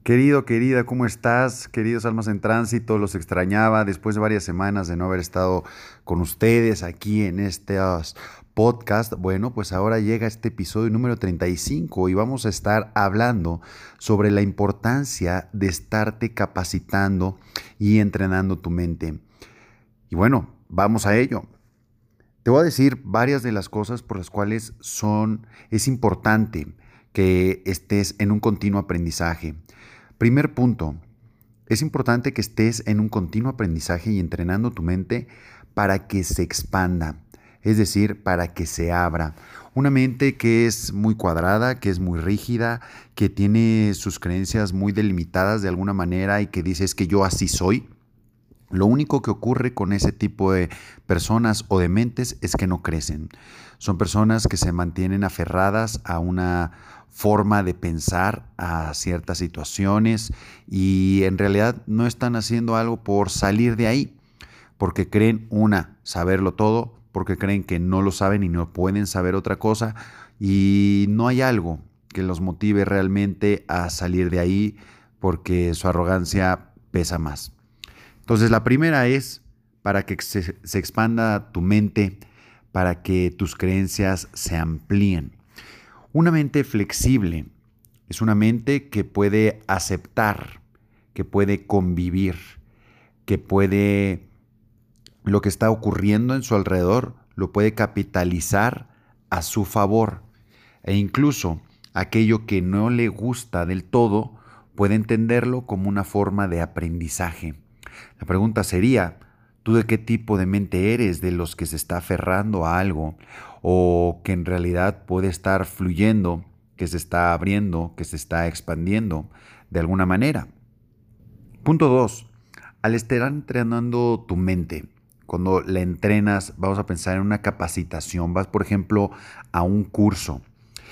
Querida, ¿cómo estás? Queridos almas en tránsito, los extrañaba después de varias semanas de no haber estado con ustedes aquí en este podcast. Bueno, pues ahora llega este episodio número 35 y vamos a estar hablando sobre la importancia de estarte capacitando y entrenando tu mente. Y bueno, vamos a ello. Te voy a decir varias de las cosas por las cuales es importante que estés en un continuo aprendizaje. Primer punto, es importante que estés en un continuo aprendizaje y entrenando tu mente para que se expanda, es decir, para que se abra. Una mente que es muy cuadrada, que es muy rígida, que tiene sus creencias muy delimitadas de alguna manera y que dice es que yo así soy. Lo único que ocurre con ese tipo de personas o de mentes es que no crecen. Son personas que se mantienen aferradas a una forma de pensar, a ciertas situaciones y en realidad no están haciendo algo por salir de ahí, porque creen saberlo todo, porque creen que no lo saben y no pueden saber otra cosa y no hay algo que los motive realmente a salir de ahí porque su arrogancia pesa más. Entonces, la primera es para que se expanda tu mente, para que tus creencias se amplíen. Una mente flexible es una mente que puede aceptar, que puede convivir, que puede lo que está ocurriendo en su alrededor, lo puede capitalizar a su favor. E incluso aquello que no le gusta del todo, puede entenderlo como una forma de aprendizaje. La pregunta sería, ¿tú de qué tipo de mente eres? ¿De los que se está aferrando a algo o que en realidad puede estar fluyendo, que se está abriendo, que se está expandiendo de alguna manera? Punto 2. Al estar entrenando tu mente, cuando la entrenas, vamos a pensar en una capacitación. Vas, por ejemplo, a un curso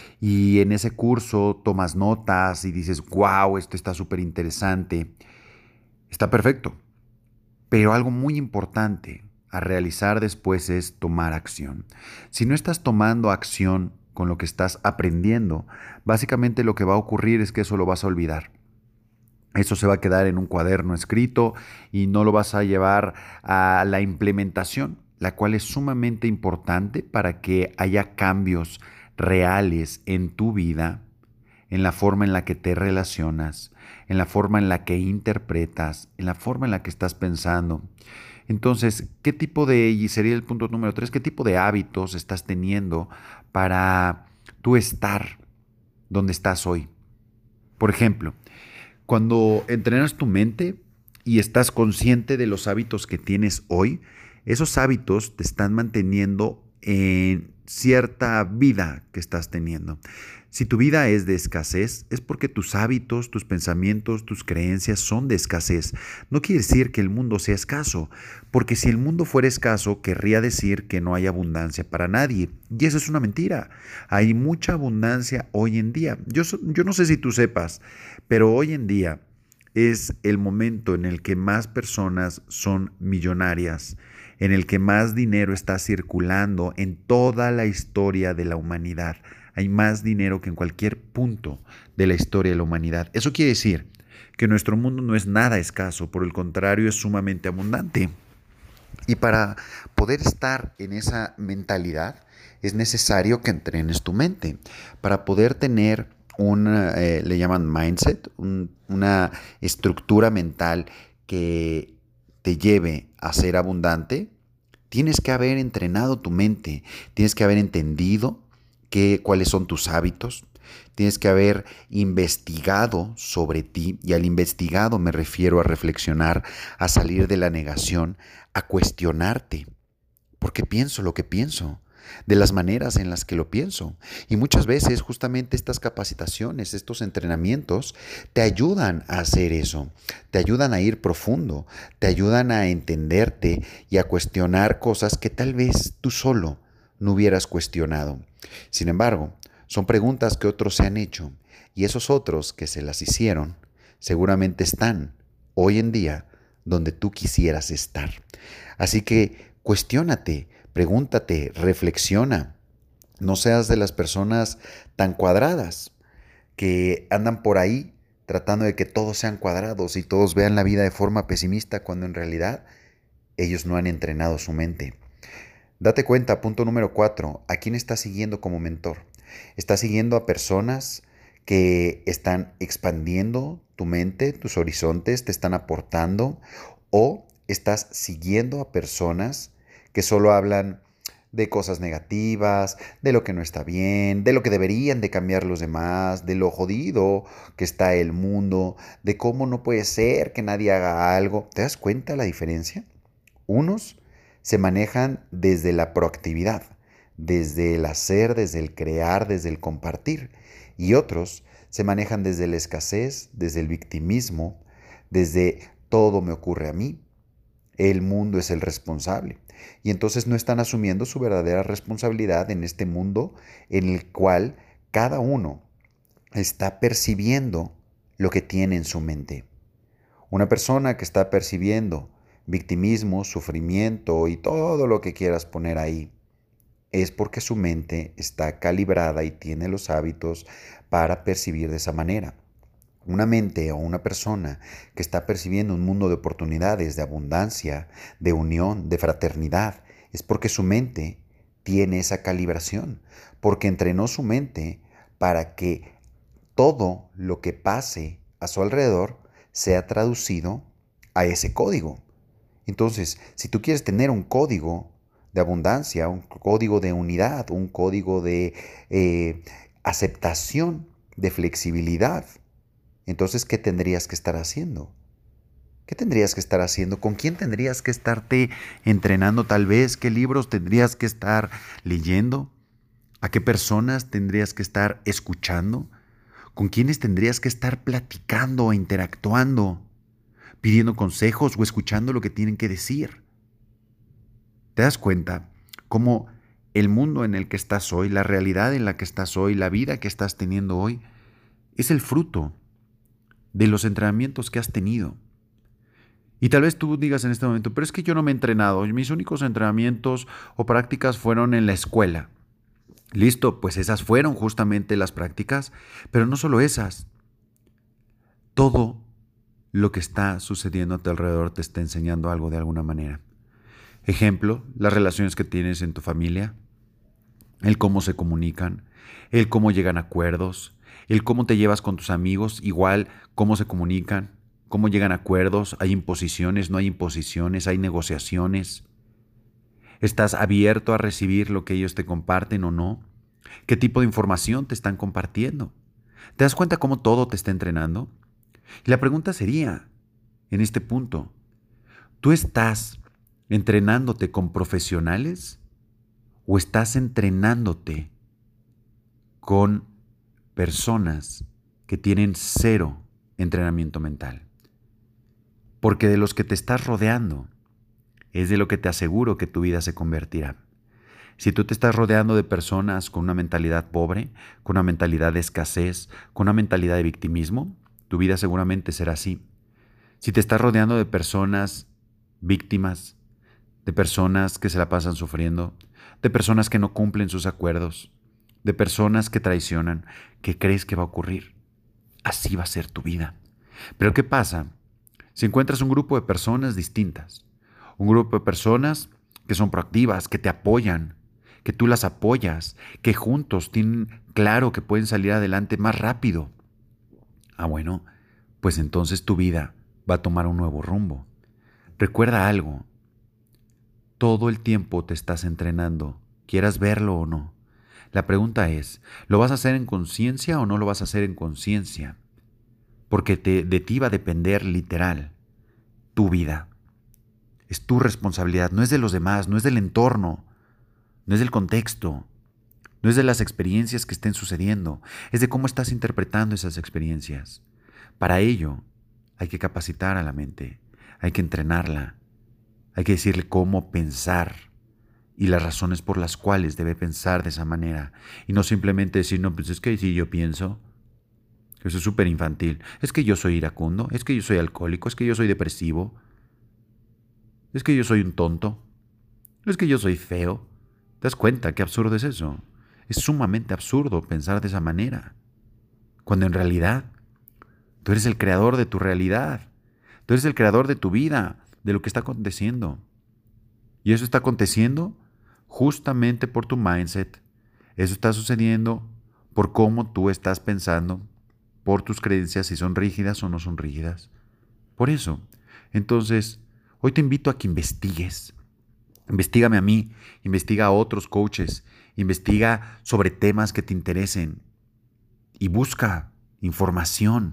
y en ese curso tomas notas y dices, wow, esto está súper interesante. Está perfecto. Pero algo muy importante a realizar después es tomar acción. Si no estás tomando acción con lo que estás aprendiendo, básicamente lo que va a ocurrir es que eso lo vas a olvidar. Eso se va a quedar en un cuaderno escrito y no lo vas a llevar a la implementación, la cual es sumamente importante para que haya cambios reales en tu vida, en la forma en la que te relacionas, en la forma en la que interpretas, en la forma en la que estás pensando. Entonces, y sería el punto número 3, ¿qué tipo de hábitos estás teniendo para tú estar donde estás hoy? Por ejemplo, cuando entrenas tu mente y estás consciente de los hábitos que tienes hoy, esos hábitos te están manteniendo en cierta vida que estás teniendo. Si tu vida es de escasez, es porque tus hábitos, tus pensamientos, tus creencias son de escasez. No quiere decir que el mundo sea escaso, porque si el mundo fuera escaso, querría decir que no hay abundancia para nadie. Y eso es una mentira. Hay mucha abundancia hoy en día. Yo no sé si tú sepas, pero hoy en día es el momento en el que más personas son millonarias, en el que más dinero está circulando en toda la historia de la humanidad. Hay más dinero que en cualquier punto de la historia de la humanidad. Eso quiere decir que nuestro mundo no es nada escaso, por el contrario, es sumamente abundante. Y para poder estar en esa mentalidad es necesario que entrenes tu mente. Para poder tener le llaman mindset, una estructura mental que te lleve a ser abundante, tienes que haber entrenado tu mente, tienes que haber entendido cuáles son tus hábitos, tienes que haber investigado sobre ti, y al investigado me refiero a reflexionar, a salir de la negación, a cuestionarte. ¿Por qué pienso lo que pienso? De las maneras en las que lo pienso. Y muchas veces justamente estas capacitaciones, estos entrenamientos, te ayudan a hacer eso, te ayudan a ir profundo, te ayudan a entenderte y a cuestionar cosas que tal vez tú solo no hubieras cuestionado. Sin embargo, son preguntas que otros se han hecho y esos otros que se las hicieron seguramente están hoy en día donde tú quisieras estar. Así que cuestiónate, pregúntate, reflexiona. No seas de las personas tan cuadradas que andan por ahí tratando de que todos sean cuadrados y todos vean la vida de forma pesimista, cuando en realidad ellos no han entrenado su mente. Date cuenta, punto número 4, ¿a quién estás siguiendo como mentor? ¿Estás siguiendo a personas que están expandiendo tu mente, tus horizontes, te están aportando? ¿O estás siguiendo a personas que solo hablan de cosas negativas, de lo que no está bien, de lo que deberían de cambiar los demás, de lo jodido que está el mundo, de cómo no puede ser que nadie haga algo? ¿Te das cuenta la diferencia? Unos se manejan desde la proactividad, desde el hacer, desde el crear, desde el compartir. Y otros se manejan desde la escasez, desde el victimismo, desde todo me ocurre a mí, el mundo es el responsable. Y entonces no están asumiendo su verdadera responsabilidad en este mundo en el cual cada uno está percibiendo lo que tiene en su mente. Una persona que está percibiendo victimismo, sufrimiento y todo lo que quieras poner ahí, es porque su mente está calibrada y tiene los hábitos para percibir de esa manera. Una mente o una persona que está percibiendo un mundo de oportunidades, de abundancia, de unión, de fraternidad, es porque su mente tiene esa calibración, porque entrenó su mente para que todo lo que pase a su alrededor sea traducido a ese código. Entonces, si tú quieres tener un código de abundancia, un código de unidad, un código de aceptación, de flexibilidad, entonces, ¿qué tendrías que estar haciendo? ¿Qué tendrías que estar haciendo? ¿Con quién tendrías que estarte entrenando tal vez? ¿Qué libros tendrías que estar leyendo? ¿A qué personas tendrías que estar escuchando? ¿Con quiénes tendrías que estar platicando o interactuando? ¿Pidiendo consejos o escuchando lo que tienen que decir? ¿Te das cuenta cómo el mundo en el que estás hoy, la realidad en la que estás hoy, la vida que estás teniendo hoy, es el fruto de los entrenamientos que has tenido? Y tal vez tú digas en este momento, pero es que yo no me he entrenado, mis únicos entrenamientos o prácticas fueron en la escuela. Listo, pues esas fueron justamente las prácticas, pero no solo esas. Todo lo que está sucediendo a tu alrededor te está enseñando algo de alguna manera. Ejemplo, las relaciones que tienes en tu familia, el cómo se comunican, el cómo llegan a acuerdos, el cómo te llevas con tus amigos, igual cómo se comunican, cómo llegan a acuerdos, hay imposiciones, no hay imposiciones, hay negociaciones. ¿Estás abierto a recibir lo que ellos te comparten o no? ¿Qué tipo de información te están compartiendo? ¿Te das cuenta cómo todo te está entrenando? Y la pregunta sería, en este punto, ¿tú estás entrenándote con profesionales o estás entrenándote con personas que tienen cero entrenamiento mental? Porque de los que te estás rodeando es de lo que te aseguro que tu vida se convertirá. Si tú te estás rodeando de personas con una mentalidad pobre, con una mentalidad de escasez, con una mentalidad de victimismo, tu vida seguramente será así. Si te estás rodeando de personas víctimas, de personas que se la pasan sufriendo, de personas que no cumplen sus acuerdos, de personas que traicionan, ¿qué crees que va a ocurrir? Así va a ser tu vida. Pero ¿qué pasa si encuentras un grupo de personas distintas? Un grupo de personas que son proactivas, que te apoyan, que tú las apoyas, que juntos tienen claro que pueden salir adelante más rápido. Bueno, pues entonces tu vida va a tomar un nuevo rumbo. Recuerda algo, todo el tiempo te estás entrenando, quieras verlo o no. La pregunta es, ¿lo vas a hacer en conciencia o no lo vas a hacer en conciencia? Porque de ti va a depender literal tu vida. Es tu responsabilidad, no es de los demás, no es del entorno, no es del contexto, no es de las experiencias que estén sucediendo, es de cómo estás interpretando esas experiencias. Para ello, hay que capacitar a la mente, hay que entrenarla, hay que decirle cómo pensar y las razones por las cuales debe pensar de esa manera. Y no simplemente decir, no, pues es que si yo pienso, eso es súper infantil, es que yo soy iracundo, es que yo soy alcohólico, es que yo soy depresivo, es que yo soy un tonto, es que yo soy feo. ¿Te das cuenta qué absurdo es eso? Es sumamente absurdo pensar de esa manera, cuando en realidad Tú eres el creador de tu realidad. Tú eres el creador de tu vida, de lo que está aconteciendo. Y eso está aconteciendo justamente por tu mindset. Eso está sucediendo por cómo tú estás pensando, por tus creencias, si son rígidas o no son rígidas. Por eso. Entonces, hoy te invito a que investigues. Investígame a mí, investiga a otros coaches, investiga sobre temas que te interesen y busca información.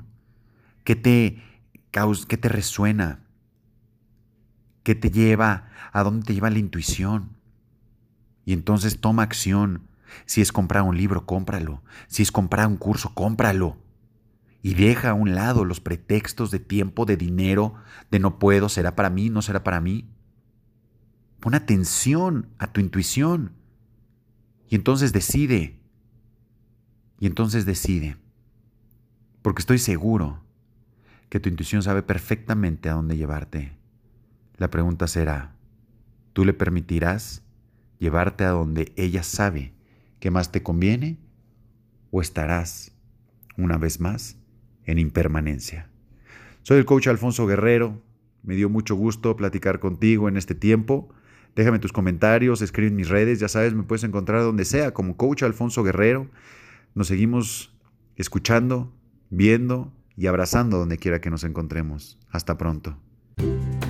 ¿Qué te resuena? ¿Qué te lleva? ¿A dónde te lleva la intuición? Y entonces toma acción. Si es comprar un libro, cómpralo. Si es comprar un curso, cómpralo. Y deja a un lado los pretextos de tiempo, de dinero, de no puedo, será para mí, no será para mí. Pon atención a tu intuición. Y entonces decide. Y entonces decide. Porque estoy seguro que tu intuición sabe perfectamente a dónde llevarte. La pregunta será, ¿tú le permitirás llevarte a donde ella sabe que más te conviene? ¿O estarás, una vez más, en impermanencia? Soy el coach Alfonso Guerrero. Me dio mucho gusto platicar contigo en este tiempo. Déjame tus comentarios, escribe en mis redes. Ya sabes, me puedes encontrar donde sea como coach Alfonso Guerrero. Nos seguimos escuchando, viendo y abrazando donde quiera que nos encontremos. Hasta pronto.